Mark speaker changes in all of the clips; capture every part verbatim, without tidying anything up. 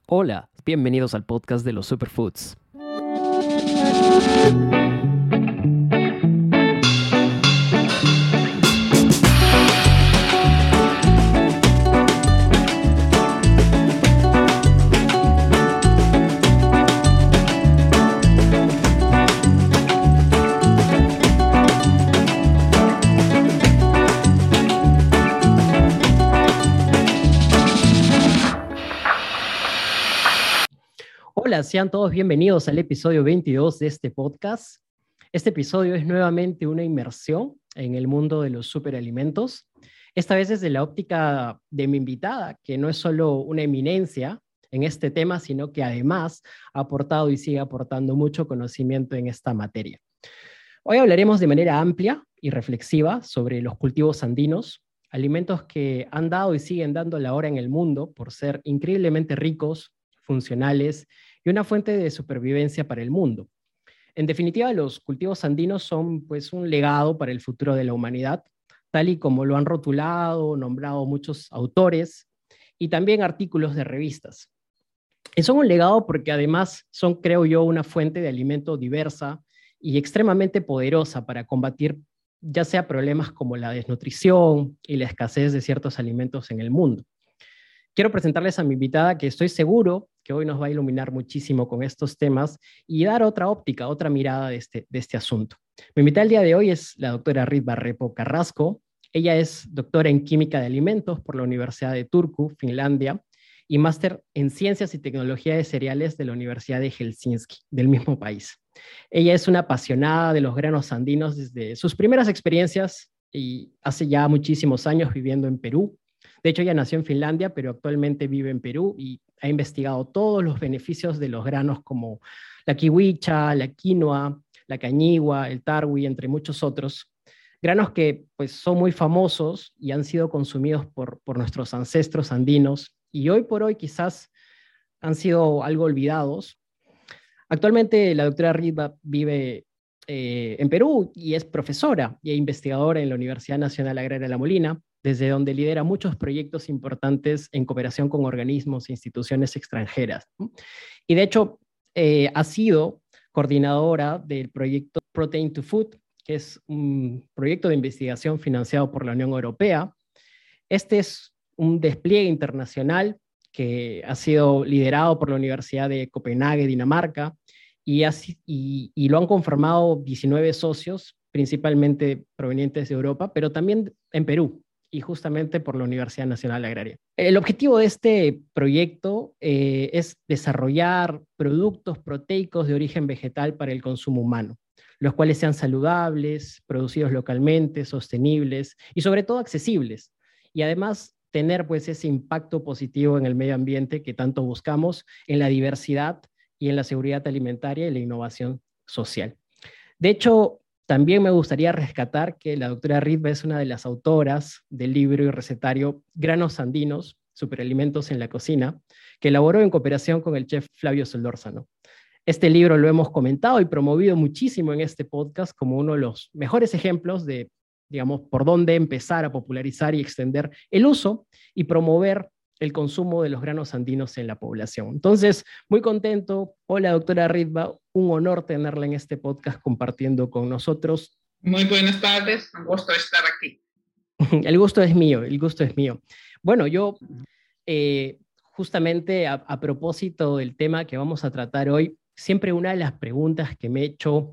Speaker 1: Hola, bienvenidos al podcast de los Superfoods. Hola, sean todos bienvenidos al episodio veintidós de este podcast. Este episodio es nuevamente una inmersión en el mundo de los superalimentos, esta vez desde la óptica de mi invitada, que no es solo una eminencia en este tema, sino que además ha aportado y sigue aportando mucho conocimiento en esta materia. Hoy hablaremos de manera amplia y reflexiva sobre los cultivos andinos, alimentos que han dado y siguen dando la hora en el mundo por ser increíblemente ricos, funcionales y una fuente de supervivencia para el mundo. En definitiva, los cultivos andinos son pues un legado para el futuro de la humanidad, tal y como lo han rotulado, nombrado muchos autores y también artículos de revistas. Y son un legado porque además son, creo yo, una fuente de alimento diversa y extremadamente poderosa para combatir ya sea problemas como la desnutrición y la escasez de ciertos alimentos en el mundo. Quiero presentarles a mi invitada que estoy seguro que hoy nos va a iluminar muchísimo con estos temas y dar otra óptica, otra mirada de este, de este asunto. Mi invitada el día de hoy es la doctora Ritva Repo Carrasco. Ella es doctora en Química de Alimentos por la Universidad de Turku, Finlandia, y máster en Ciencias y Tecnología de Cereales de la Universidad de Helsinki, del mismo país. Ella es una apasionada de los granos andinos desde sus primeras experiencias y hace ya muchísimos años viviendo en Perú. De hecho, ella nació en Finlandia, pero actualmente vive en Perú y ha investigado todos los beneficios de los granos como la kiwicha, la quinoa, la cañigua, el tarwi, entre muchos otros. Granos que pues, son muy famosos y han sido consumidos por, por nuestros ancestros andinos y hoy por hoy quizás han sido algo olvidados. Actualmente la doctora Ritva vive eh, en Perú y es profesora e investigadora en la Universidad Nacional Agraria de La Molina, desde donde lidera muchos proyectos importantes en cooperación con organismos e instituciones extranjeras. Y de hecho, eh, ha sido coordinadora del proyecto Protein to Food, que es un proyecto de investigación financiado por la Unión Europea. Este es un despliegue internacional que ha sido liderado por la Universidad de Copenhague, Dinamarca, y, así, y, y lo han conformado diecinueve socios, principalmente provenientes de Europa, pero también en Perú, y justamente por la Universidad Nacional Agraria. El objetivo de este proyecto eh, es desarrollar productos proteicos de origen vegetal para el consumo humano, los cuales sean saludables, producidos localmente, sostenibles y sobre todo accesibles. Y además tener pues ese impacto positivo en el medio ambiente que tanto buscamos en la diversidad y en la seguridad alimentaria y la innovación social. De hecho, también me gustaría rescatar que la doctora Ritva es una de las autoras del libro y recetario Granos Andinos, Superalimentos en la Cocina, que elaboró en cooperación con el chef Flavio Solórzano. Este libro lo hemos comentado y promovido muchísimo en este podcast como uno de los mejores ejemplos de, digamos, por dónde empezar a popularizar y extender el uso y promover el consumo de los granos andinos en la población. Entonces, muy contento. Hola, doctora Ritva, un honor tenerla en este podcast compartiendo con nosotros.
Speaker 2: Muy buenas tardes, un gusto estar aquí.
Speaker 1: El gusto es mío, el gusto es mío. Bueno, yo eh, justamente a, a propósito del tema que vamos a tratar hoy, siempre una de las preguntas que me he hecho,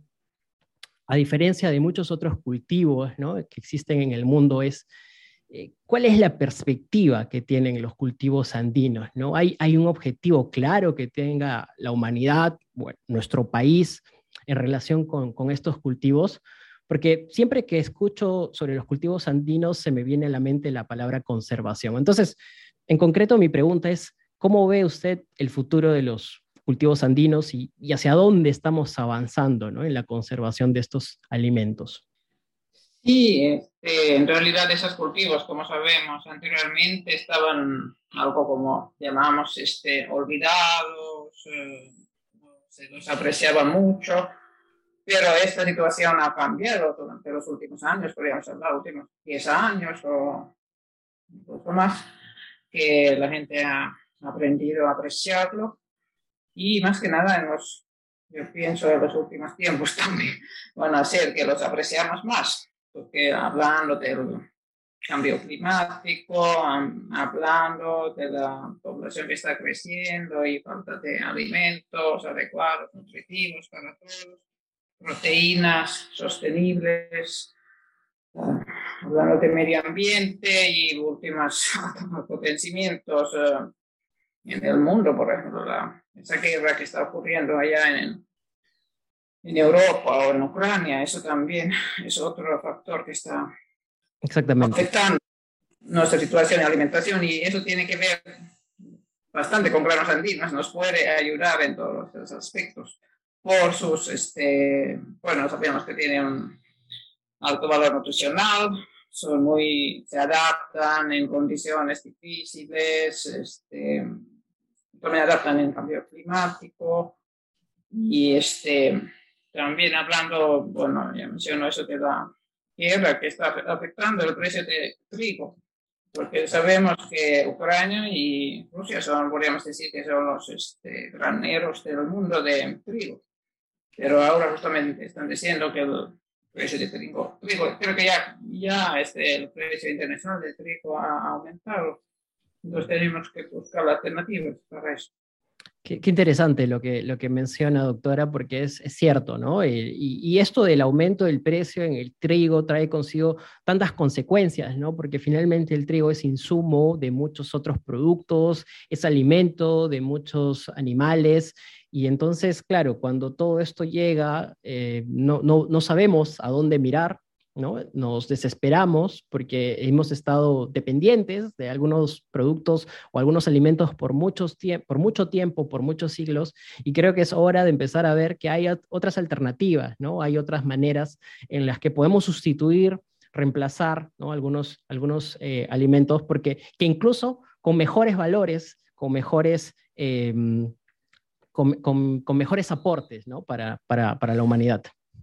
Speaker 1: a diferencia de muchos otros cultivos, ¿no?, que existen en el mundo, es ¿cuál es la perspectiva que tienen los cultivos andinos? ¿No? ¿Hay, hay un objetivo claro que tenga la humanidad, bueno, nuestro país, en relación con, con estos cultivos? Porque siempre que escucho sobre los cultivos andinos se me viene a la mente la palabra conservación. Entonces, en concreto, mi pregunta es, ¿cómo ve usted el futuro de los cultivos andinos y, y hacia dónde estamos avanzando, ¿no?, en la conservación de estos alimentos?
Speaker 2: Sí, este, en realidad esos cultivos, como sabemos, anteriormente estaban algo como llamamos este, olvidados, eh, se los apreciaba mucho, pero esta situación ha cambiado durante los últimos años, podríamos hablar, los últimos diez años o incluso más, que la gente ha aprendido a apreciarlo y más que nada en los, yo pienso en los últimos tiempos también van a hacer que los apreciamos más, porque hablando del cambio climático, hablando de la población que está creciendo y falta de alimentos adecuados, nutritivos para todos, proteínas sostenibles, uh, hablando de medio ambiente y últimos acontecimientos uh, en el mundo, por ejemplo, la, esa guerra que está ocurriendo allá en, en Europa o en Ucrania, eso también es otro factor que está
Speaker 1: Exactamente.
Speaker 2: afectando nuestra situación de alimentación y eso tiene que ver bastante con granos andinos, nos puede ayudar en todos los aspectos por sus, este, bueno, sabemos que tienen un alto valor nutricional, son muy, se adaptan en condiciones difíciles, este, también adaptan en cambio climático y este, también hablando, bueno, ya menciono eso de la guerra que está afectando el precio de trigo, porque sabemos que Ucrania y Rusia son, podríamos decir que son los este, graneros del mundo de trigo, pero ahora justamente están diciendo que el precio de trigo, trigo creo que ya, ya este, el precio internacional de trigo ha aumentado, entonces tenemos que buscar alternativas para eso.
Speaker 1: Qué, qué interesante lo que, lo que menciona, doctora, porque es, es cierto, ¿no? Y, y esto del aumento del precio en el trigo trae consigo tantas consecuencias, ¿no? Porque finalmente el trigo es insumo de muchos otros productos, es alimento de muchos animales, y entonces, claro, cuando todo esto llega, eh, no, no, no sabemos a dónde mirar, ¿no? Nos desesperamos porque hemos estado dependientes de algunos productos o algunos alimentos por, muchos tie por mucho tiempo, por muchos siglos, y creo que es hora de empezar a ver que hay otras alternativas, ¿no? Hay otras maneras en las que podemos sustituir, reemplazar, ¿no? algunos, algunos eh, alimentos, porque que incluso con mejores valores, con mejores... Eh, con, con, con, mejores aportes, ¿no? para, para, para la humanidad.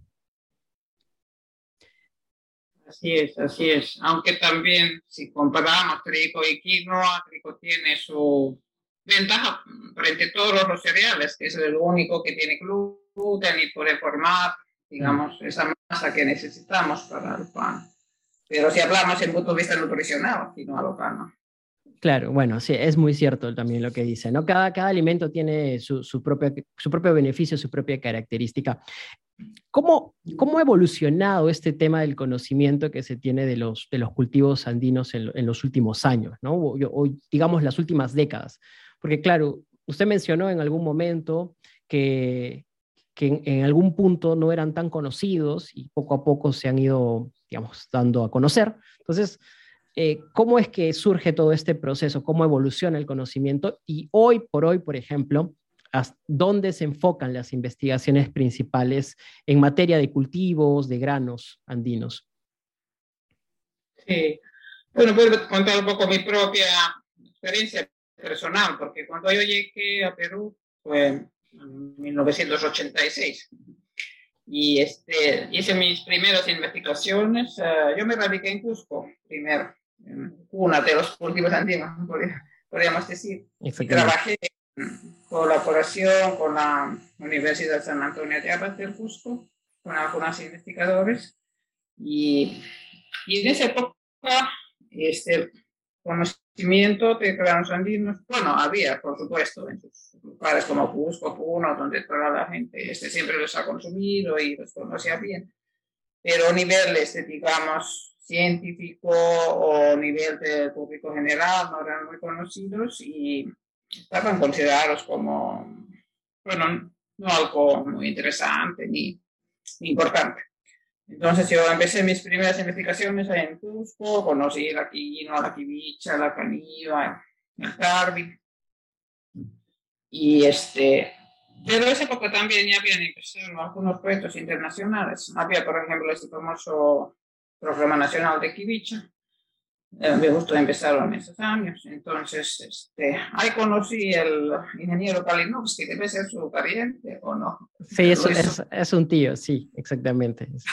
Speaker 2: Así es, así es. Aunque también si comparamos trigo y quinoa, trigo tiene su ventaja frente a todos los cereales, que es el único que tiene gluten y puede formar, digamos, mm. esa masa que necesitamos para el pan. Pero si hablamos en punto de vista nutricional, quinoa local, ¿no?
Speaker 1: Claro, bueno, sí, es muy cierto también lo que dice, ¿no? Cada, cada alimento tiene su, su, propia, su propio beneficio, su propia característica. ¿Cómo, ¿Cómo ha evolucionado este tema del conocimiento que se tiene de los, de los cultivos andinos en, en los últimos años, ¿no? O, o digamos las últimas décadas? Porque claro, usted mencionó en algún momento que, que en, en algún punto no eran tan conocidos y poco a poco se han ido, digamos, dando a conocer. Entonces, Eh, ¿cómo es que surge todo este proceso? ¿Cómo evoluciona el conocimiento? Y hoy por hoy, por ejemplo, ¿dónde se enfocan las investigaciones principales en materia de cultivos, de granos andinos?
Speaker 2: Sí, bueno, puedo contar un poco mi propia experiencia personal, porque cuando yo llegué a Perú fue en mil novecientos ochenta y seis y este, hice mis primeras investigaciones. Uh, yo me radiqué en Cusco primero, una de los cultivos andinos, podríamos decir. Y trabajé en colaboración con la Universidad San Antonio de Abad del Cusco, con algunos investigadores. Y, y en esa época, este conocimiento de granos andinos, bueno, había, por supuesto, en sus lugares como Cusco, Puno, donde toda la gente este, siempre los ha consumido y los conocía bien. Pero a nivel, este, digamos, científico o nivel del público general no eran muy conocidos y estaban considerados como, bueno, no algo muy interesante ni, ni importante. Entonces yo empecé mis primeras investigaciones en Cusco, conocí la quinoa, la quivicha, la caniva, el carbi. Y este, pero en esa época también ya habían empezado algunos proyectos internacionales. Había, por ejemplo, este famoso Programa Nacional de Quivicha, Eh, me gustó empezar en esos años. Entonces, este, ahí conocí el ingeniero Kalinowski, debe ser su pariente o no.
Speaker 1: Sí, es, es, es un tío, sí, exactamente. Es,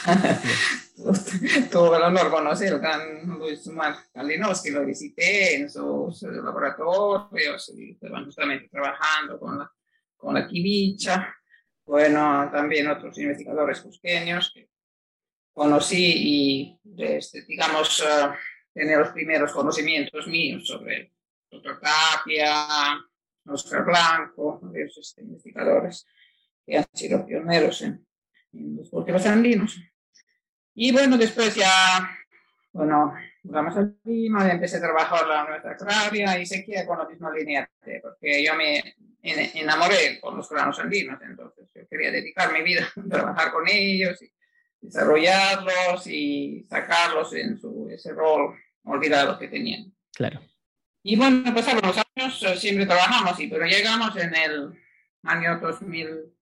Speaker 2: es Tuve el honor de conocer al gran Luis Kalinowski, lo visité en sus laboratorios y estaban justamente trabajando con la, con la quivicha. Bueno, también otros investigadores cusqueños que conocí y, este, digamos, uh, tener los primeros conocimientos míos sobre el doctor Tapia, Oscar Blanco, varios este, investigadores que han sido pioneros en, en los cultivos andinos. Y bueno, después ya, bueno, vamos a Lima, empecé a trabajar en la Universidad Agraria y seguía con la misma línea, porque yo me enamoré con los granos andinos, entonces yo quería dedicar mi vida a trabajar con ellos y desarrollarlos y sacarlos en su, ese rol olvidado que tenían.
Speaker 1: Claro.
Speaker 2: Y bueno, pasaron los años, siempre trabajamos, y, pero llegamos en el año dos mil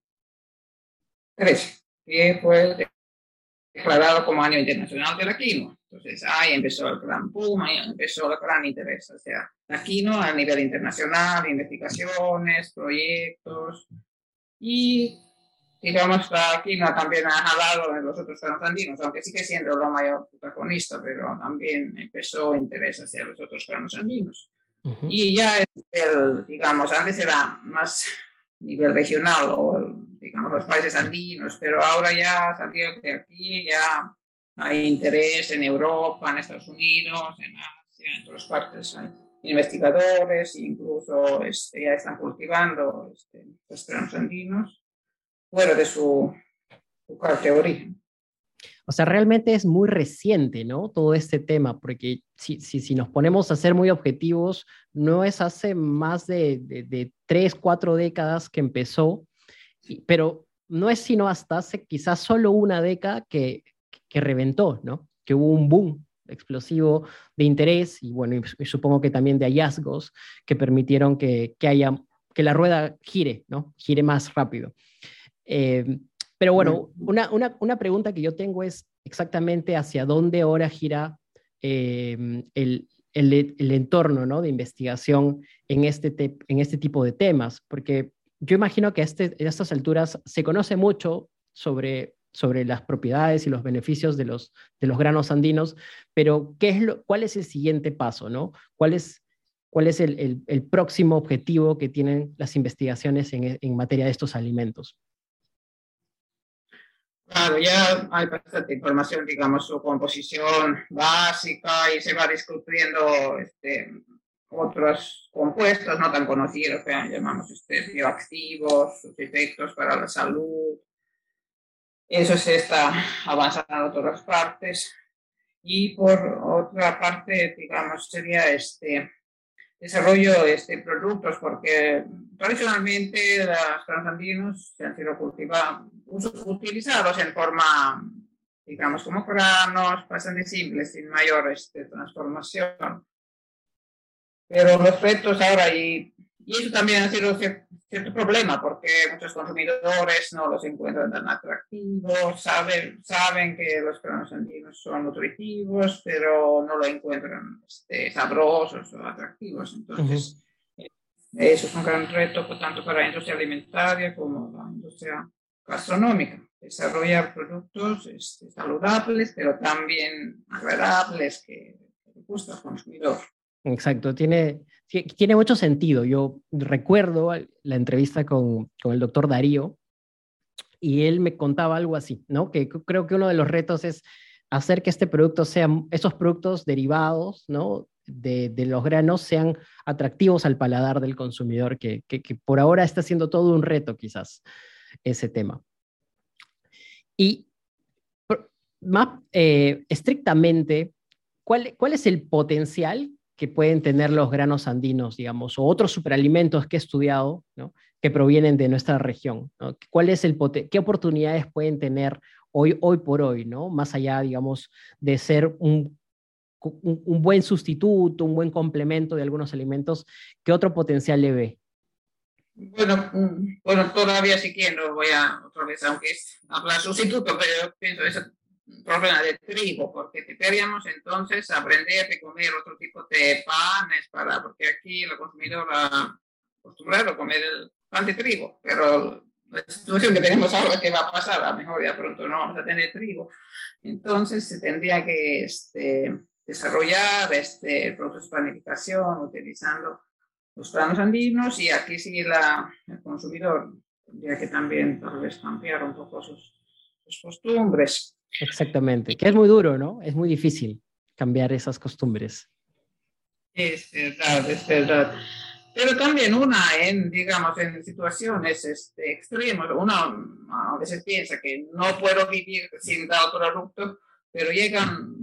Speaker 2: tres, que fue declarado como Año Internacional de la Quinoa. Entonces ahí empezó el gran boom, ahí empezó el gran interés hacia la quinoa a nivel internacional, investigaciones, proyectos, y digamos, la quinoa también ha jalado en los otros granos andinos, aunque sigue siendo lo mayor protagonista, pero también empezó interés hacia los otros granos andinos. Uh-huh. Y ya, el, digamos, antes era más nivel regional o, el, digamos, los países andinos, pero ahora ya salió de aquí, ya hay interés en Europa, en Estados Unidos, en Asia, en todas partes. Hay investigadores, incluso este, ya están cultivando este, los granos andinos fuera de su, su parte de origen.
Speaker 1: O sea, realmente es muy reciente, ¿no? Todo este tema, porque si, si, si nos ponemos a ser muy objetivos, no es hace más de, de, de tres, cuatro décadas que empezó, pero no es sino hasta hace quizás solo una década que, que reventó, ¿no? Que hubo un boom explosivo de interés y bueno, y, y supongo que también de hallazgos que permitieron que, que, haya, que la rueda gire, ¿no? Gire más rápido. Eh, pero bueno, una, una, una pregunta que yo tengo es exactamente hacia dónde ahora gira eh, el, el, el entorno, ¿no? De investigación en este, te, en este tipo de temas, porque yo imagino que a, este, a estas alturas se conoce mucho sobre, sobre las propiedades y los beneficios de los, de los granos andinos, pero ¿qué es lo, ¿cuál es el siguiente paso, ¿no? ¿Cuál es, cuál es el, el, el próximo objetivo que tienen las investigaciones en, en materia de estos alimentos?
Speaker 2: Claro, ya hay bastante información, digamos, su composición básica y se va descubriendo este, otros compuestos no tan conocidos que llamamos este, bioactivos, sus efectos para la salud. Eso se está avanzando en todas partes. Y por otra parte, digamos, sería este desarrollo de este, productos, porque tradicionalmente los granos andinos se han sido cultivados, utilizados en forma, digamos, como granos bastante simples, sin mayor este, transformación. Pero los retos ahora, y, y eso también ha sido cierto, cierto problema, porque muchos consumidores no los encuentran tan atractivos, saben, saben que los granos andinos son nutritivos, pero no lo encuentran este, sabrosos o atractivos. Entonces, uh-huh. Eso es un gran reto tanto para la industria alimentaria como la industria gastronómica. Desarrollar productos este, saludables, pero también agradables, que, que le gusta al consumidor.
Speaker 1: Exacto, tiene, tiene mucho sentido. Yo recuerdo la entrevista con, con el doctor Darío y él me contaba algo así, ¿no? Que creo que uno de los retos es hacer que este producto sean, esos productos derivados, ¿no? De, de los granos sean atractivos al paladar del consumidor, que, que, que por ahora está siendo todo un reto quizás ese tema. Y más eh, estrictamente, ¿cuál, ¿cuál es el potencial que pueden tener los granos andinos, digamos, o otros superalimentos que he estudiado, ¿no? Que provienen de nuestra región, ¿no? ¿Cuál es el ¿Qué oportunidades pueden tener hoy, hoy por hoy, ¿no? Más allá, digamos, de ser un, un, un buen sustituto, un buen complemento de algunos alimentos, ¿qué otro potencial le ve?
Speaker 2: Bueno, bueno, todavía si quiero voy a otra vez, aunque es hablar sustituto, pero yo pienso eso problema de trigo, porque deberíamos entonces aprender a comer otro tipo de panes, para, porque aquí el consumidor ha acostumbrado a comer el pan de trigo, pero la situación que tenemos ahora, ¿qué va a pasar? A lo mejor ya pronto no vamos a tener trigo. Entonces se tendría que este, desarrollar este, productos de panificación utilizando los granos andinos, y aquí sí la, el consumidor tendría que también tal vez cambiar un poco sus, sus costumbres.
Speaker 1: Exactamente, que es muy duro, ¿no? Es muy difícil cambiar esas costumbres.
Speaker 2: Es verdad, es verdad. Pero también una, en, digamos, en situaciones este, extremas, una a veces piensa que no puedo vivir sin tal producto, pero llega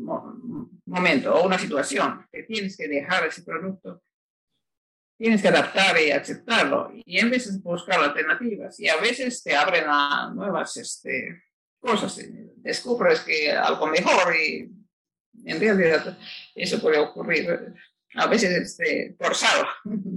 Speaker 2: un momento o una situación que tienes que dejar ese producto, tienes que adaptar y aceptarlo, y en vez de buscar alternativas, y a veces te abren a nuevas este, cosas, descubres que algo mejor, y en realidad eso puede ocurrir a veces este, forzado,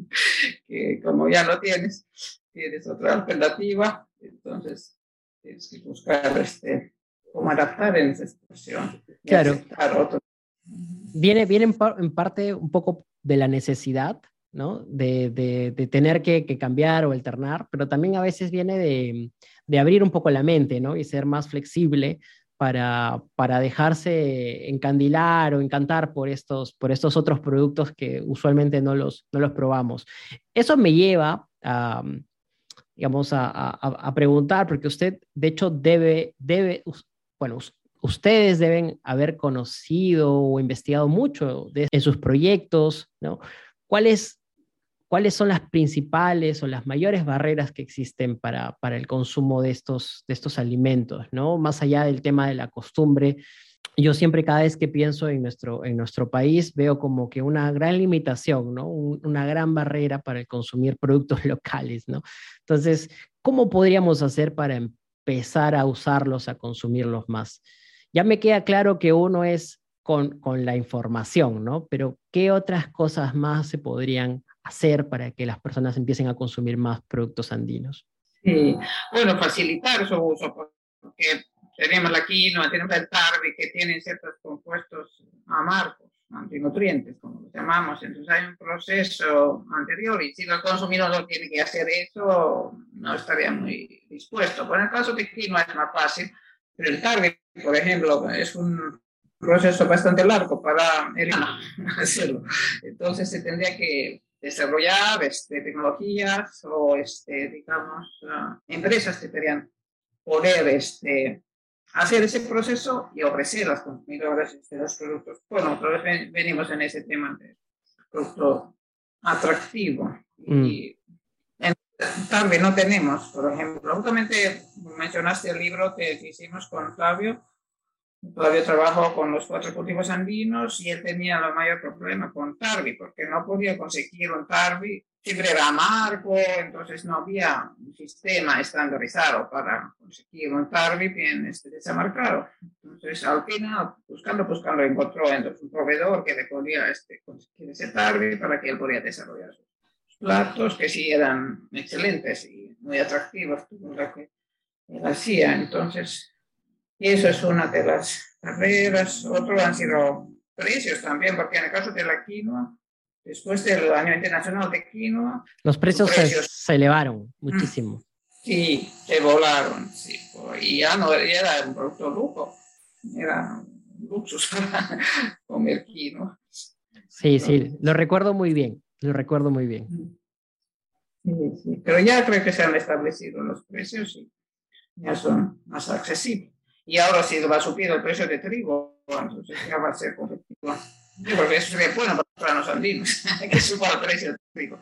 Speaker 2: que como ya lo tienes, tienes otra alternativa, entonces tienes que buscar este, cómo adaptar en esa situación.
Speaker 1: Claro, otro. Viene, viene en, par, en parte un poco de la necesidad, ¿no? De, de, de tener que, que cambiar o alternar, pero también a veces viene de, de abrir un poco la mente, ¿no? Y ser más flexible para, para dejarse encandilar o encantar por estos, por estos otros productos que usualmente no los, no los probamos. Eso me lleva a, digamos, a, a, a preguntar, porque usted, de hecho, debe, debe bueno, ustedes deben haber conocido o investigado mucho de, en sus proyectos, ¿no? ¿Cuáles, ¿Cuáles son las principales o las mayores barreras que existen para, para el consumo de estos, de estos alimentos, ¿no? Más allá del tema de la costumbre, yo siempre cada vez que pienso en nuestro, en nuestro país veo como que una gran limitación, ¿no? Un, una gran barrera para el consumir productos locales, ¿no? Entonces, ¿cómo podríamos hacer para empezar a usarlos, a consumirlos más? Ya me queda claro que uno es con, con la información, ¿no? Pero ¿qué otras cosas más se podrían hacer para que las personas empiecen a consumir más productos andinos?
Speaker 2: Sí, bueno, facilitar su uso, porque tenemos la quinoa, tenemos el tarbi, que tienen ciertos compuestos amargos, antinutrientes, como los llamamos. Entonces hay un proceso anterior, y si el consumidor no tiene que hacer eso, no estaría muy dispuesto. Por el caso de quinoa es más fácil, pero el tarbi, por ejemplo, es un proceso bastante largo para el hacerlo. Entonces se tendría que desarrollar este, tecnologías o, este, digamos, uh, empresas que querían poder este, hacer ese proceso y ofrecer a los consumidores este, los productos. Bueno, otra vez venimos en ese tema de producto atractivo. Mm. Y también no tenemos, por ejemplo, justamente mencionaste el libro que hicimos con Flavio. Todavía trabajo con los cuatro cultivos andinos, y él tenía el mayor problema con tarbi, porque no podía conseguir un tarbi, siempre era amargo, entonces no había un sistema estandarizado para conseguir un tarbi bien este, desamarcado. Entonces al final, buscando, buscando, encontró entonces un proveedor que le podía este, conseguir ese tarbi para que él podía desarrollar sus platos, que sí eran excelentes y muy atractivos, todo lo que él hacía. Entonces, y eso es una de las barreras. Otro han sido precios también, porque en el caso de la quinoa, después del año internacional de quinoa,
Speaker 1: los precios, precios se, se elevaron muchísimo.
Speaker 2: Sí, se volaron. Sí. Y ya no era un producto lujo, era un luxus comer quinoa.
Speaker 1: Sí, sí, lo recuerdo muy bien, lo recuerdo muy bien.
Speaker 2: Sí, sí. Pero ya creo que se han establecido los precios y ya son más accesibles. Y ahora si va a subir el precio de trigo, entonces ya va a ser competitivo. Porque eso sería bueno para los andinos, que suba el precio del trigo.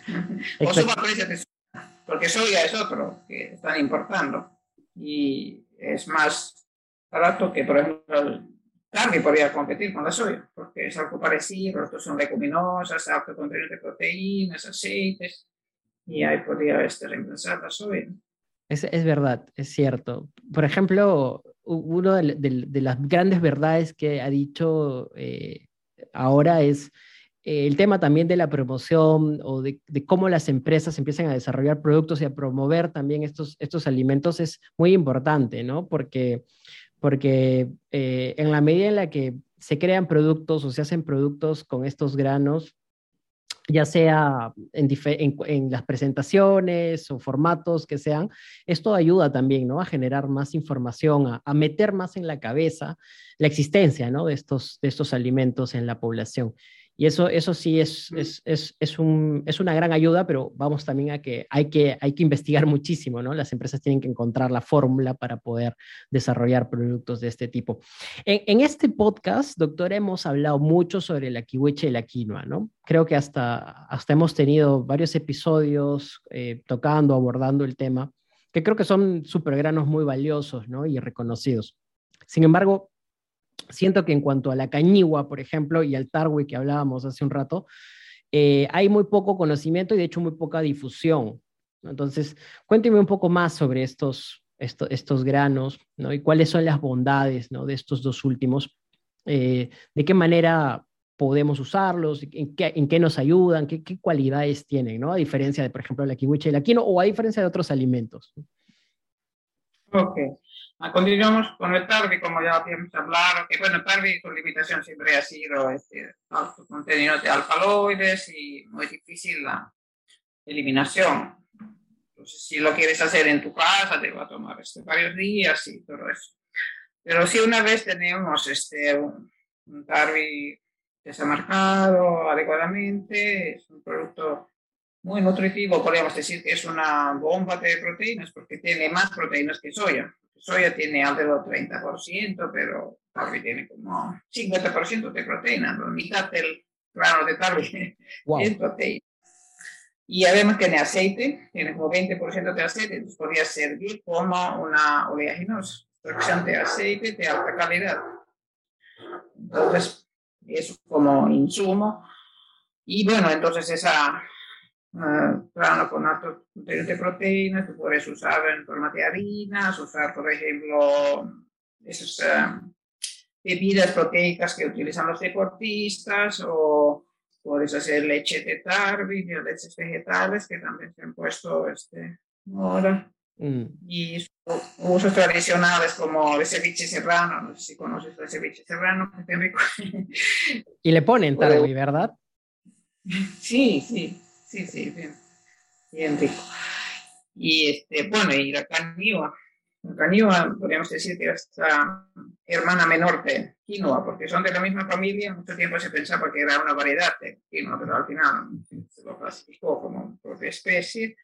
Speaker 2: O suba el precio de soya, porque soya es otro que están importando. Y es más barato que, por ejemplo, el tarbi podría competir con la soya, porque es algo parecido, los dos son leguminosas, alto contenido de proteínas, aceites, y ahí podría este, reemplazar la soya.
Speaker 1: Es, es verdad, es cierto. Por ejemplo, una de, de, de las grandes verdades que ha dicho eh, ahora es eh, el tema también de la promoción, o de, de cómo las empresas empiezan a desarrollar productos y a promover también estos, estos alimentos, es muy importante, ¿no? Porque, porque eh, en la medida en la que se crean productos o se hacen productos con estos granos, ya sea en, en, en, las presentaciones o formatos que sean, esto ayuda también, ¿no? A generar más información, a, a meter más en la cabeza la existencia, ¿no? De estos, de estos alimentos en la población. Y eso, eso sí es, es, es, es, un, es una gran ayuda, pero vamos también a que hay, que hay que investigar muchísimo, ¿no? Las empresas tienen que encontrar la fórmula para poder desarrollar productos de este tipo. En, en este podcast, doctor, hemos hablado mucho sobre la kiwicha y la quinoa, ¿no? Creo que hasta, hasta hemos tenido varios episodios eh, tocando, abordando el tema, que creo que son supergranos muy valiosos, ¿no? Y reconocidos. Sin embargo, siento que en cuanto a la cañigua, por ejemplo, y al tarwi que hablábamos hace un rato, eh, hay muy poco conocimiento y de hecho muy poca difusión, ¿no? Entonces, cuénteme un poco más sobre estos, estos, estos granos, ¿no? Y cuáles son las bondades, ¿no? De estos dos últimos, eh, de qué manera podemos usarlos, en qué, en qué nos ayudan, qué, qué cualidades tienen, ¿no? A diferencia de, por ejemplo, la kiwicha y la quinoa, o a diferencia de otros alimentos.
Speaker 2: Ok. Continuamos con el tarwi, como ya habíamos hablado, que bueno, el tarwi su limitación siempre ha sido este alto contenido de alcaloides y muy difícil la eliminación. Entonces, si lo quieres hacer en tu casa, te va a tomar este, varios días y todo eso. Pero si una vez tenemos este, un, un tarwi desamarcado adecuadamente, es un producto muy nutritivo, podríamos decir que es una bomba de proteínas porque tiene más proteínas que soya. Soya tiene alrededor del treinta por ciento, pero tarwi tiene como cincuenta por ciento de proteína, la mitad del grano de tarwi wow. es proteína. Y además tiene aceite, tiene como veinte por ciento de aceite, entonces podría servir como una oleaginosa, extracción de aceite de alta calidad. Entonces, eso como insumo. Y bueno, entonces esa uh, grano con alto contenido de proteínas, tú puedes usar en forma de harinas, usar, por ejemplo, esas uh, bebidas proteicas que utilizan los deportistas, o puedes hacer leche de tarwi, de leches vegetales que también se han puesto este, ahora. Mm. Y usos tradicionales como el ceviche serrano, no sé si conoces el ceviche serrano, que es rico.
Speaker 1: Y le ponen tarwi, ¿verdad?
Speaker 2: Sí, sí, sí, sí, bien, bien rico. Y este, bueno, y la cañigua. La cañigua, podríamos decir que es la hermana menor de quinoa, porque son de la misma familia. Mucho tiempo se pensaba que era una variedad de quinoa, pero al final se lo clasificó como propia especie.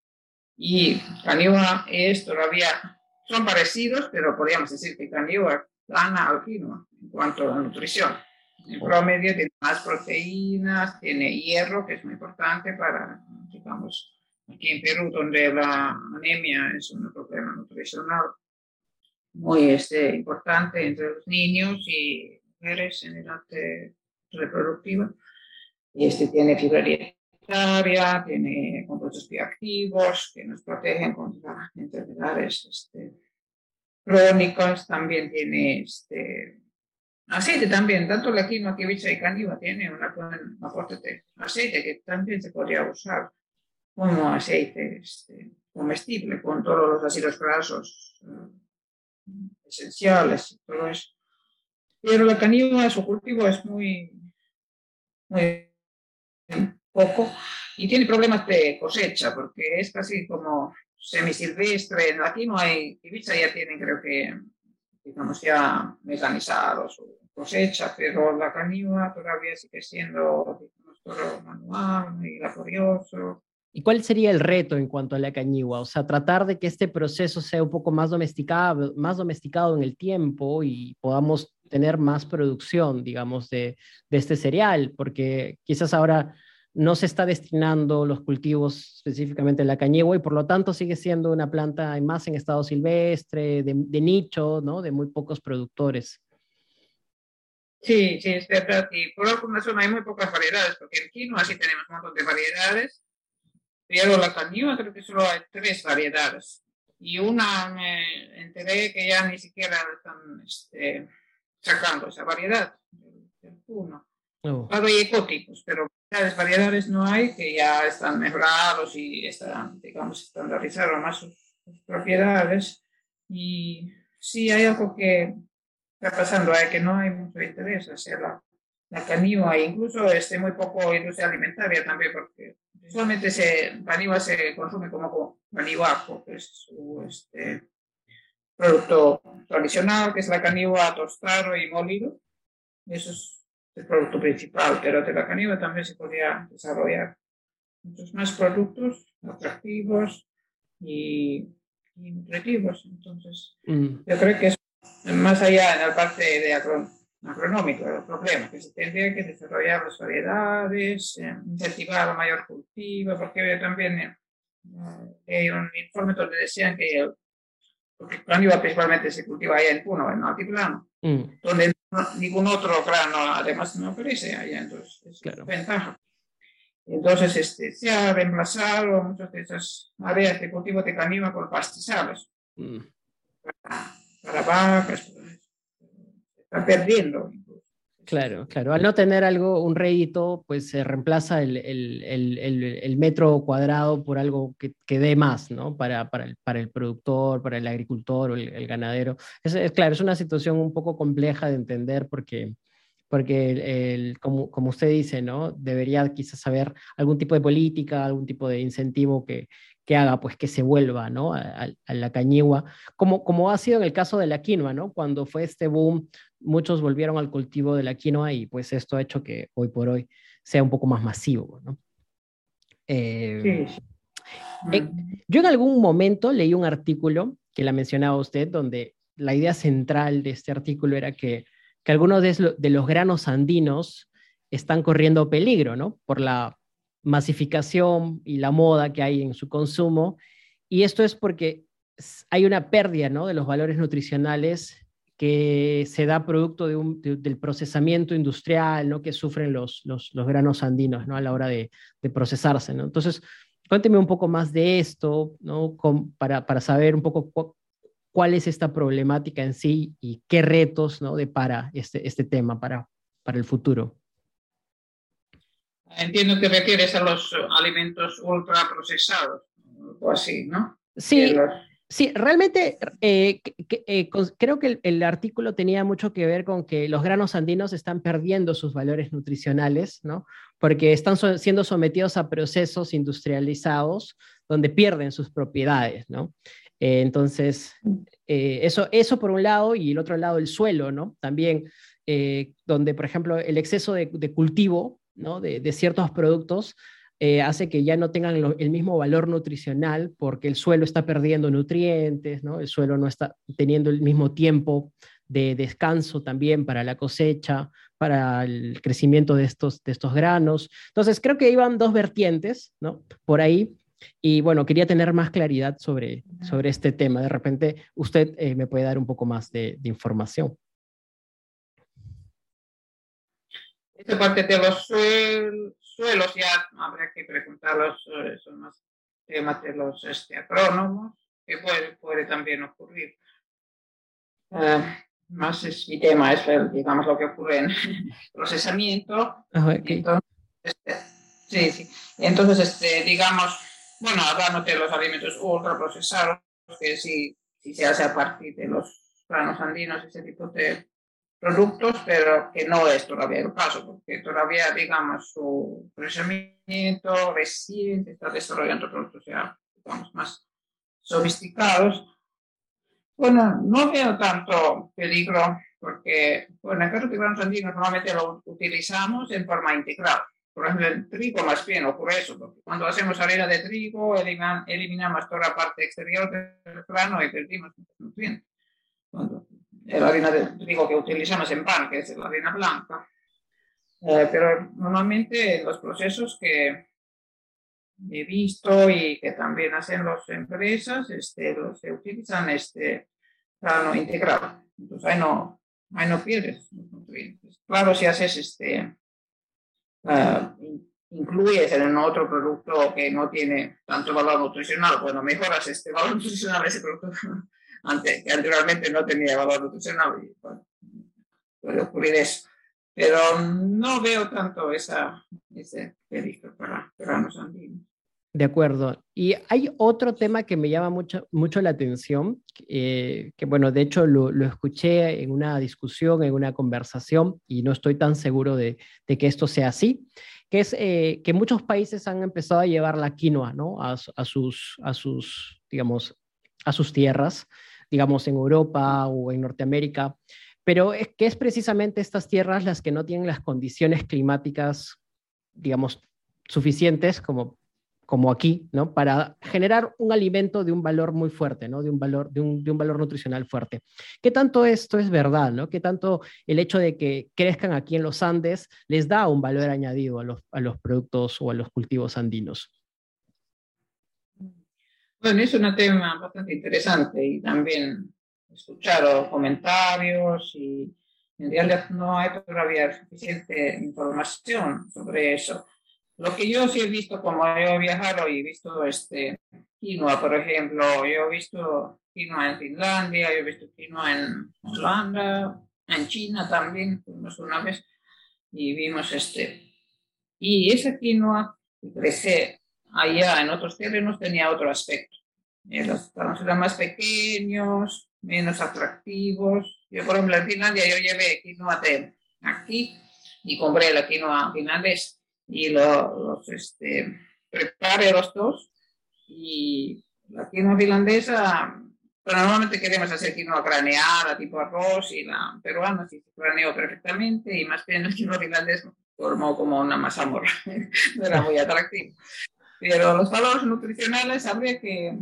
Speaker 2: Y cañigua es todavía, son parecidos, pero podríamos decir que cañigua gana al quinoa en cuanto a la nutrición. En promedio tiene más proteínas, tiene hierro, que es muy importante para, digamos, aquí en Perú, donde la anemia es un problema nutricional muy este, importante entre los niños y mujeres en edad reproductiva. Y este tiene fibra dietaria, tiene compuestos bioactivos que nos protegen contra enfermedades este, crónicas, también tiene este, aceite también, tanto la quinoa, kiwicha y cañigua tiene una buen aporte de aceite que también se podría usar como aceite este, comestible con todos los ácidos grasos uh, esenciales y todo eso. Pero la cañigua, su cultivo es muy, muy poco y tiene problemas de cosecha porque es casi como semisilvestre. En la quinoa y kiwicha ya tienen, creo que, digamos, ya mecanizado su cosecha, pero la cañigua todavía sigue siendo, digamos, todo manual, muy laborioso.
Speaker 1: ¿Y cuál sería el reto en cuanto a la cañigua? O sea, tratar de que este proceso sea un poco más domesticado, más domesticado en el tiempo y podamos tener más producción, digamos, de, de este cereal, porque quizás ahora no se está destinando los cultivos específicamente en la cañigua y por lo tanto sigue siendo una planta más en estado silvestre, de, de nicho, ¿no? De muy pocos productores.
Speaker 2: Sí, sí, es verdad. Y por alguna zona hay muy pocas variedades, porque en quinoa sí tenemos un montón de variedades. Pero la cañigua creo que solo hay tres variedades. Y una me enteré que ya ni siquiera están este, sacando esa variedad del puno. Oh. Claro, hay ecotipos, pero variedades, variedades no hay, que ya están mejorados y están, digamos, estandarizaron más sus, sus propiedades. Y sí hay algo que está pasando, es que no hay mucho interés hacia la, la caniva, e incluso este, muy poco industria alimentaria también, porque solamente se, caniva se consume como canivaco, que es su este, producto tradicional, que es la caniva tostado y molido. Eso es el producto principal, pero de la caniva también se podría desarrollar muchos más productos atractivos y, y nutritivos. Entonces,
Speaker 1: Mm.
Speaker 2: yo creo que es más allá en la parte de agro, agronómico el problema, que se tendría que desarrollar las variedades, eh, incentivar la mayor cultivo, porque yo también eh, hay un informe donde decían que el, porque el caniva principalmente se cultiva allá en Puno, en el altiplano, mm. donde no, ningún otro grano además no aparece allá, entonces es claro. Ventaja. Entonces este, se ha reemplazado muchas de esas áreas de cultivo de caniva por pastizales mm. para, para vacas, se está perdiendo.
Speaker 1: Claro, claro. Al no tener algo, un rédito, pues se reemplaza el, el, el, el, el metro cuadrado por algo que, que dé más, ¿no? Para, para, el, para el productor, para el agricultor o el, el ganadero. Es, es claro, es una situación un poco compleja de entender porque, porque el, el, como, como usted dice, ¿no? Debería quizás haber algún tipo de política, algún tipo de incentivo que, que haga pues que se vuelva, ¿no? A, a la cañigua, como, como ha sido en el caso de la quinoa, ¿no? Cuando fue este boom, muchos volvieron al cultivo de la quinoa y pues esto ha hecho que hoy por hoy sea un poco más masivo, ¿no? Eh, sí. eh, yo en algún momento leí un artículo que la mencionaba usted, donde la idea central de este artículo era que, que algunos de, de los granos andinos están corriendo peligro, ¿no? Por la masificación y la moda que hay en su consumo, y esto es porque hay una pérdida, ¿no? De los valores nutricionales que se da producto de un, de, del procesamiento industrial, ¿no? Que sufren los, los, los granos andinos, ¿no? A la hora de, de procesarse, ¿no? Entonces, cuénteme un poco más de esto, ¿no? Con, para, para saber un poco cu cuál es esta problemática en sí y qué retos, ¿no? Depara este, este tema para, para el futuro.
Speaker 2: Entiendo que refieres a los alimentos ultraprocesados, o así, ¿no?
Speaker 1: Sí. Sí, realmente eh, que, eh, creo que el, el artículo tenía mucho que ver con que los granos andinos están perdiendo sus valores nutricionales, ¿no? Porque están so siendo sometidos a procesos industrializados donde pierden sus propiedades, ¿no? Eh, entonces, eh, eso, eso por un lado, y el otro lado el suelo, ¿no? También, eh, donde, por ejemplo, el exceso de, de cultivo, ¿no? de, de ciertos productos Eh, hace que ya no tengan lo, el mismo valor nutricional porque el suelo está perdiendo nutrientes, ¿no? El suelo no está teniendo el mismo tiempo de descanso también para la cosecha, para el crecimiento de estos, de estos granos. Entonces, creo que iban dos vertientes, ¿no? Por ahí. Y bueno, quería tener más claridad sobre, sobre este tema. De repente, usted eh, me puede dar un poco más de, de información.
Speaker 2: Esta parte de los suelos, suelos ya habrá que preguntarlos, son más temas de los este, agrónomos, que puede, puede también ocurrir. Uh, más es mi tema, es el, digamos lo que ocurre en procesamiento. Okay. Entonces, este, sí, sí. Entonces, este, digamos, bueno, hablando de los alimentos ultraprocesados, que sí, sí se hace a partir de los granos andinos, ese tipo de productos, pero que no es todavía el caso, porque todavía, digamos, su procesamiento recién está desarrollando productos ya, digamos, más sofisticados. Bueno, no veo tanto peligro, porque, bueno, en el caso de granos andinos normalmente lo utilizamos en forma integral. Por ejemplo, el trigo más bien ocurre eso, porque cuando hacemos harina de trigo, eliminamos, eliminamos toda la parte exterior del grano y perdimos muchos nutrientes. Cuando la harina de trigo que utilizamos en pan, que es la harina blanca. Eh, pero normalmente los procesos que he visto y que también hacen las empresas, este, los, se utilizan este grano integrado. Entonces ahí no, ahí no pierdes los nutrientes. Claro, si haces este, uh, incluyes en otro producto que no tiene tanto valor nutricional, bueno, mejoras este valor nutricional de ese producto. Antes, que anteriormente no tenía valor nutricional, y bueno, puede ocurrir eso. Pero no veo tanto esa, ese peligro para granos andinos.
Speaker 1: De acuerdo. Y hay otro tema que me llama mucho, mucho la atención, eh, que bueno, de hecho lo, lo escuché en una discusión, en una conversación, y no estoy tan seguro de, de que esto sea así, que es eh, que muchos países han empezado a llevar la quinoa, ¿no? A, su- a sus, a sus, digamos, a sus tierras, digamos, en Europa o en Norteamérica, pero es que es precisamente estas tierras las que no tienen las condiciones climáticas, digamos, suficientes como como aquí, ¿no? Para generar un alimento de un valor muy fuerte, ¿no? De un valor, de un, de un valor nutricional fuerte. ¿Qué tanto esto es verdad, ¿no? ¿Qué tanto el hecho de que crezcan aquí en los Andes les da un valor añadido a los, a los productos o a los cultivos andinos?
Speaker 2: Bueno, es un tema bastante interesante y también he escuchado comentarios y en realidad no hay todavía suficiente información sobre eso. Lo que yo sí he visto, como yo he viajado y he visto este, quinoa, por ejemplo, yo he visto quinoa en Finlandia, yo he visto quinoa en Holanda, en China también, fuimos una vez y vimos este. Y esa quinoa que crece allá en otros terrenos tenía otro aspecto. Eh, Los granos eran más pequeños, menos atractivos. Yo, por ejemplo, en Finlandia yo llevé quinoa de aquí y compré la quinoa finlandesa y lo, los este, preparé los dos. Y la quinoa finlandesa, pero normalmente queremos hacer quinoa craneada, tipo arroz, y la peruana sí se craneó perfectamente, y más bien la quinoa finlandesa formó como una mazamorra, no era muy atractivo. Pero los valores nutricionales habría que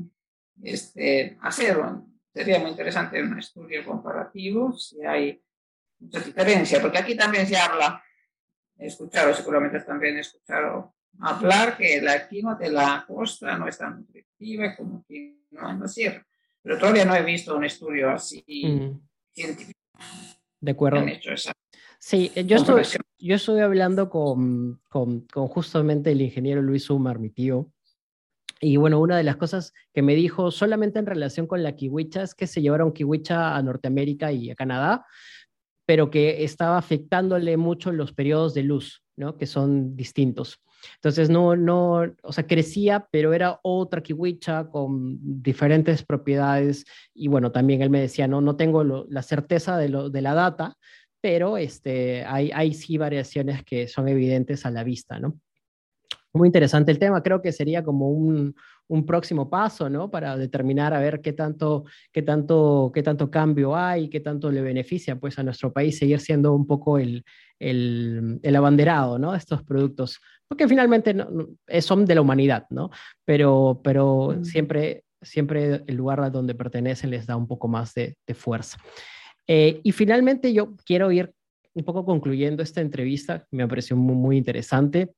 Speaker 2: este, hacerlo. Sería muy interesante un estudio comparativo si hay mucha diferencia, porque aquí también se habla, he escuchado, seguramente también he escuchado hablar que la quinoa de la costa no es tan nutritiva como quinoa en la sierra, pero todavía no he visto un estudio así
Speaker 1: Mm,
Speaker 2: científico
Speaker 1: de
Speaker 2: que han
Speaker 1: acuerdo.
Speaker 2: hecho esa
Speaker 1: Sí, eh, yo estoy,
Speaker 2: comparación.
Speaker 1: yo estuve hablando con, con, con justamente el ingeniero Luis Umar, mi tío. Y bueno, una de las cosas que me dijo solamente en relación con la kiwicha es que se llevaron kiwicha a Norteamérica y a Canadá, pero que estaba afectándole mucho los periodos de luz, ¿no? Que son distintos. Entonces, no, no, o sea, crecía, pero era otra kiwicha con diferentes propiedades. Y bueno, también él me decía, no, no tengo lo, la certeza de, lo, de la data, pero este, hay, hay sí variaciones que son evidentes a la vista, ¿no? Muy interesante el tema, creo que sería como un, un próximo paso, ¿no? Para determinar a ver qué tanto, qué tanto, qué tanto cambio hay, qué tanto le beneficia pues a nuestro país seguir siendo un poco el, el, el abanderado, ¿no? De estos productos, porque finalmente no, no, son de la humanidad, ¿no? Pero, pero siempre, siempre el lugar a donde pertenecen les da un poco más de, de fuerza. Eh, y finalmente yo quiero ir un poco concluyendo esta entrevista, me pareció muy, muy interesante.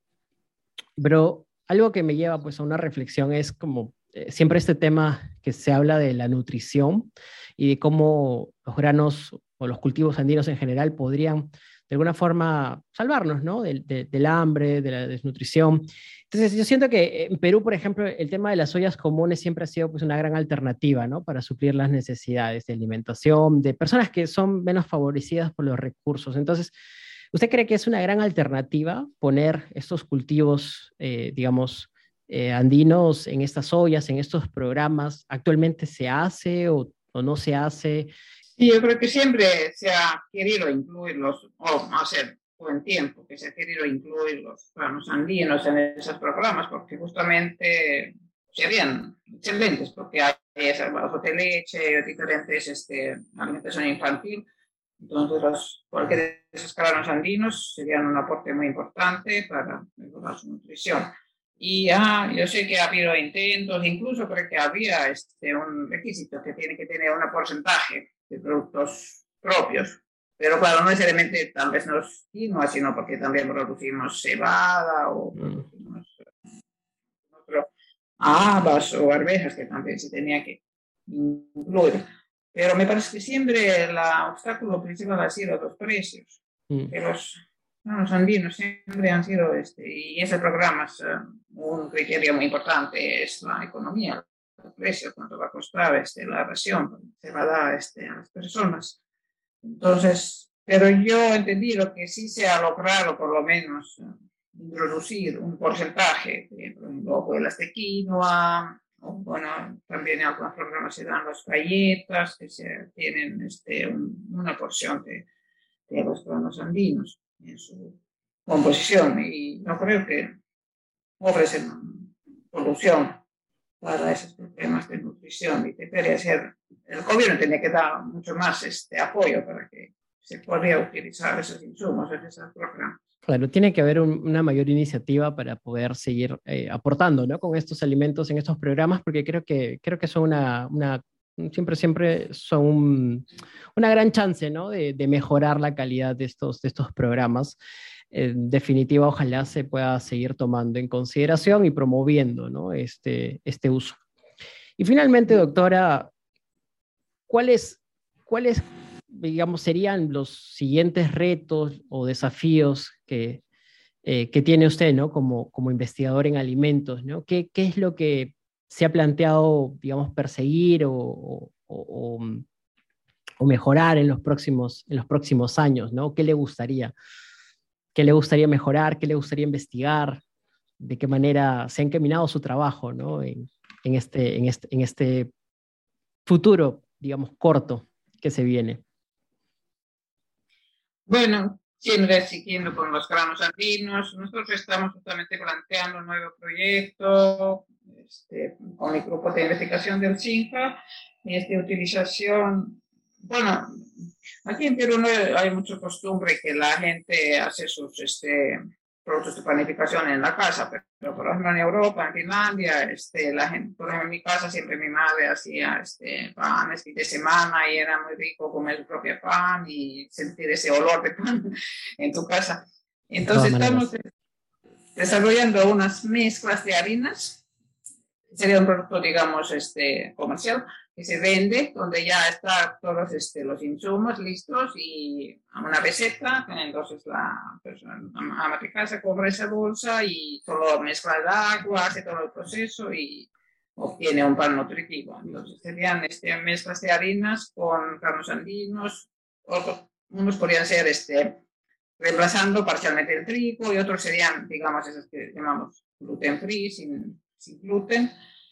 Speaker 1: Pero algo que me lleva pues a una reflexión es como eh, siempre este tema que se habla de la nutrición y de cómo los granos o los cultivos andinos en general podrían de alguna forma salvarnos, ¿no? Del, de, del hambre, de la desnutrición. Entonces yo siento que en Perú, por ejemplo, el tema de las ollas comunes siempre ha sido pues una gran alternativa, ¿no? Para suplir las necesidades de alimentación de personas que son menos favorecidas por los recursos. Entonces, ¿usted cree que es una gran alternativa poner estos cultivos, eh, digamos, eh, andinos en estas ollas, en estos programas? ¿Actualmente se hace o, o no se hace?
Speaker 2: Sí, yo creo que siempre se ha querido incluirlos, o hace buen tiempo que se ha querido incluir los planos andinos en esos programas, porque justamente serían excelentes, porque hay salvados de leche, diferentes este, alimentación infantil. Entonces, los, cualquier de esos granos andinos serían un aporte muy importante para mejorar su nutrición. Y ah, yo sé que ha habido intentos, incluso creo que había este, un requisito que tiene que tener un porcentaje de productos propios. Pero claro, no necesariamente tal vez no es quinoa, sino porque también producimos cebada o
Speaker 1: Mm,
Speaker 2: producimos otro, habas o arvejas que también se tenía que incluir. Pero me parece que siempre el obstáculo principal ha sido los precios.
Speaker 1: mm,
Speaker 2: Que los, no, los andinos siempre han sido, este, y ese programa es uh, un criterio muy importante, es la economía, el precio, cuánto va a costar este, la ración, se va a dar este, a las personas. Entonces, pero yo he entendido que sí se ha logrado por lo menos uh, introducir un porcentaje, por ejemplo, hojuelas de quinoa, o bueno, también en algunos programas se dan las galletas que se tienen este, un, una porción de, de los granos andinos en su composición, y no creo que ofrecen solución para esos problemas de nutrición, y debería ser, el gobierno tenía que dar mucho más este apoyo para que se pueda utilizar esos insumos en esos programas.
Speaker 1: Claro, tiene que haber un, una mayor iniciativa para poder seguir eh, aportando, ¿no?, con estos alimentos en estos programas, porque creo que, creo que son una, una siempre, siempre son un, una gran chance, ¿no?, de, de mejorar la calidad de estos, de estos programas. En definitiva, ojalá se pueda seguir tomando en consideración y promoviendo, ¿no?, este, este uso. Y finalmente, doctora, ¿cuáles, cuáles, digamos, serían los siguientes retos o desafíos que, eh, que tiene usted, ¿no?, como, como investigador en alimentos, ¿no? ¿Qué, qué es lo que se ha planteado, digamos, perseguir o, o, o, o mejorar en los próximos, en los próximos años, ¿no? ¿Qué le gustaría? ¿Qué le gustaría mejorar? ¿Qué le gustaría investigar? ¿De qué manera se ha encaminado su trabajo, ¿no?, en, en, este, en, este, en este futuro, digamos, corto que se viene?
Speaker 2: Bueno, siempre siguiendo con los granos andinos, nosotros estamos justamente planteando un nuevo proyecto este, con el grupo de investigación del CINFA, de utilización. Bueno, aquí en Perú no hay mucha costumbre que la gente hace sus este, productos de panificación en la casa, pero, pero por ejemplo en Europa, en Finlandia, este, la gente, por ejemplo en mi casa siempre mi madre hacía este, panes de semana y era muy rico comer su propio pan y sentir ese olor de pan en tu casa. Entonces estamos desarrollando unas mezclas de harinas, sería un producto, digamos, este, comercial, que se vende, donde ya están todos este, los insumos listos y una receta. Entonces la persona ama de casa compra esa bolsa y solo mezcla el agua, hace todo el proceso y obtiene un pan nutritivo. Entonces serían este, mezclas de harinas con granos andinos, otros, unos podrían ser este, reemplazando parcialmente el trigo y otros serían, digamos, esos que llamamos gluten free, sin, sin gluten.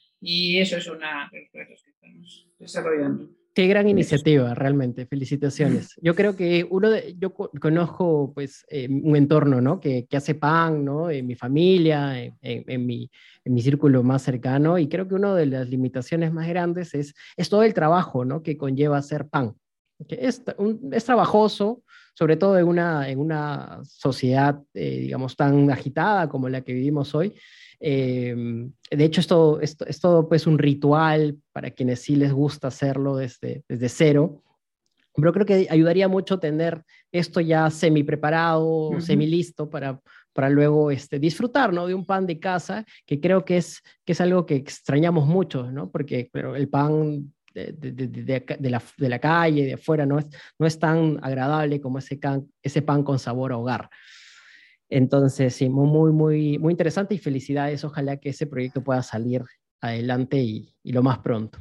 Speaker 2: Y eso es una de los proyectos que estamos desarrollando.
Speaker 1: Qué gran iniciativa, realmente. Felicitaciones. Yo creo que uno de, yo conozco pues eh, un entorno, ¿no?, que, que hace pan, ¿no?, en mi familia, en, en, en, mi, en mi círculo más cercano, y creo que una de las limitaciones más grandes es, es todo el trabajo, ¿no?, que conlleva hacer pan. Que es, un, es trabajoso, sobre todo en una, en una sociedad, eh, digamos, tan agitada como la que vivimos hoy. Eh, de hecho, es todo, es, es todo pues un ritual para quienes sí les gusta hacerlo desde, desde cero. Pero creo que ayudaría mucho tener esto ya semi preparado, uh-huh. semi listo para, para luego este, disfrutar, ¿no?, de un pan de casa, que creo que es, que es algo que extrañamos mucho, ¿no?, porque pero el pan de, de, de, de, de, la, de la calle, de afuera, no es, no es tan agradable como ese, can, ese pan con sabor a hogar. Entonces, sí, muy, muy, muy interesante y felicidades. Ojalá que ese proyecto pueda salir adelante y, y lo más pronto.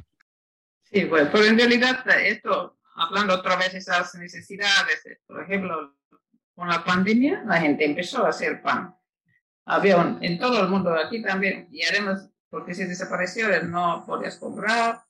Speaker 2: Sí, bueno, pero en realidad esto, hablando otra vez de esas necesidades, por ejemplo, con la pandemia, la gente empezó a hacer pan. Había un, en todo el mundo, aquí también, y además, porque se desapareció, no podías comprar,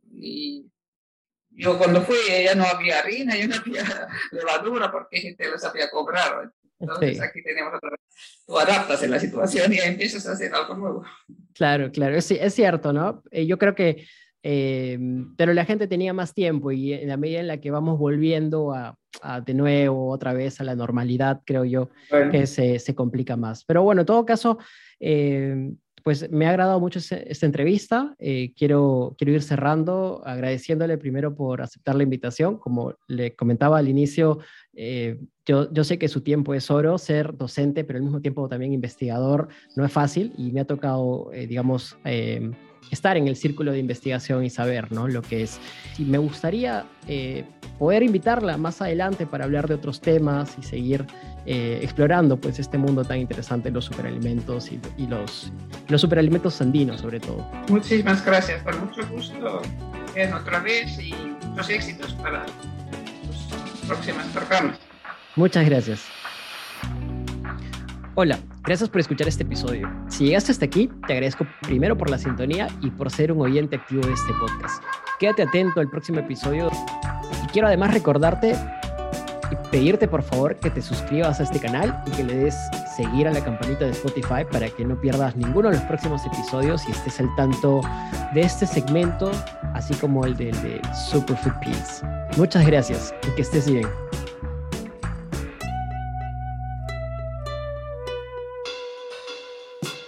Speaker 2: y yo cuando fui ya no había harina, ya no había levadura, porque gente lo sabía comprar. Entonces sí. Aquí tenemos otra vez, tú adaptas en la situación y empiezas a hacer algo nuevo.
Speaker 1: Claro, claro, es, es cierto, ¿no? Eh, yo creo que, eh, pero la gente tenía más tiempo y en la medida en la que vamos volviendo a, a de nuevo otra vez a la normalidad, creo yo bueno. que se, se complica más. Pero bueno, en todo caso, eh, pues me ha agradado mucho este, esta entrevista. Eh, quiero, quiero ir cerrando agradeciéndole primero por aceptar la invitación. Como le comentaba al inicio, eh, yo, yo sé que su tiempo es oro, ser docente, pero al mismo tiempo también investigador no es fácil y me ha tocado, eh, digamos, eh, estar en el círculo de investigación y saber, ¿no?, lo que es. Y me gustaría eh, poder invitarla más adelante para hablar de otros temas y seguir eh, explorando pues, este mundo tan interesante de los superalimentos y, y los, los superalimentos andinos, sobre todo.
Speaker 2: Muchísimas gracias, por mucho gusto en otra vez y muchos éxitos para los próximos programas.
Speaker 1: Muchas gracias. Hola, gracias por escuchar este episodio. Si llegaste hasta aquí, te agradezco primero por la sintonía y por ser un oyente activo de este podcast. Quédate atento al próximo episodio y quiero además recordarte y pedirte por favor que te suscribas a este canal y que le des seguir a la campanita de Spotify para que no pierdas ninguno de los próximos episodios y estés al tanto de este segmento, así como el del de Superfood Pills. Muchas gracias y que estés bien.